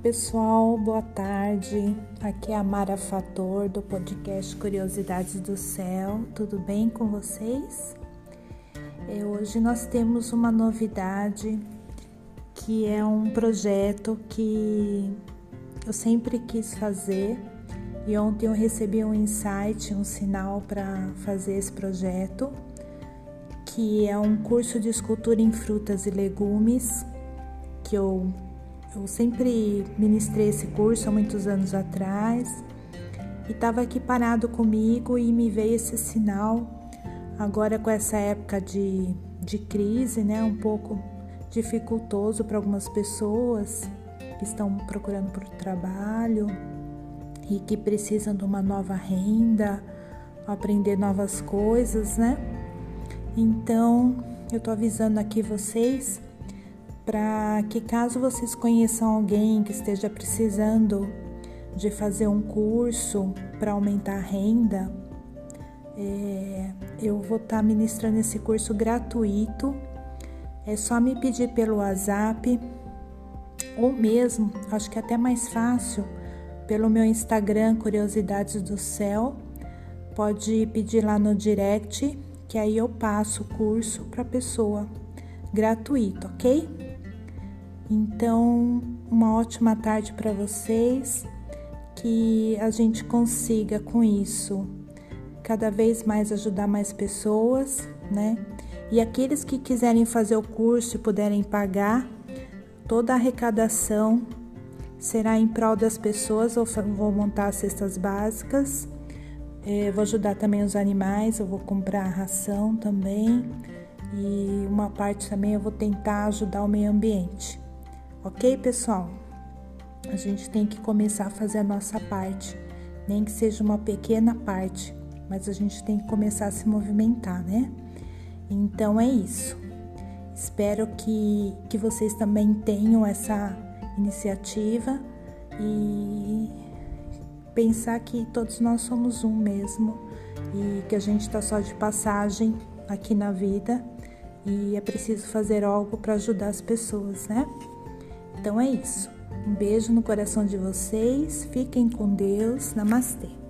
pessoal, boa tarde. Aqui é a Mara Fator do podcast Curiosidades do Céu. Tudo bem com vocês? Hoje nós temos uma novidade que é um projeto que eu sempre quis fazer e ontem eu recebi um insight, um sinal para fazer esse projeto, que é um curso de escultura em frutas e legumes que eu sempre ministrei esse curso há muitos anos atrás e estava aqui parado comigo e me veio esse sinal agora com essa época de crise, né? Um pouco dificultoso para algumas pessoas que estão procurando por trabalho e que precisam de uma nova renda, aprender novas coisas, né? Então, eu tô avisando aqui vocês para que caso vocês conheçam alguém que esteja precisando de fazer um curso para aumentar a renda, eu vou estar ministrando esse curso gratuito. É só me pedir pelo WhatsApp ou mesmo, acho que é até mais fácil, pelo meu Instagram, Curiosidades do Céu. Pode pedir lá no direct, que aí eu passo o curso para a pessoa, gratuito, ok? Então, uma ótima tarde para vocês, que a gente consiga com isso cada vez mais ajudar mais pessoas, né? E aqueles que quiserem fazer o curso e puderem pagar, toda a arrecadação será em prol das pessoas. Eu vou montar cestas básicas, vou ajudar também os animais, eu vou comprar ração também e uma parte também eu vou tentar ajudar o meio ambiente. Ok, pessoal? A gente tem que começar a fazer a nossa parte, nem que seja uma pequena parte, mas a gente tem que começar a se movimentar, né? Então é isso. Espero que vocês também tenham essa iniciativa e pensar que todos nós somos um mesmo e que a gente está só de passagem aqui na vida e é preciso fazer algo para ajudar as pessoas, né? Então é isso. Um beijo no coração de vocês. Fiquem com Deus. Namastê.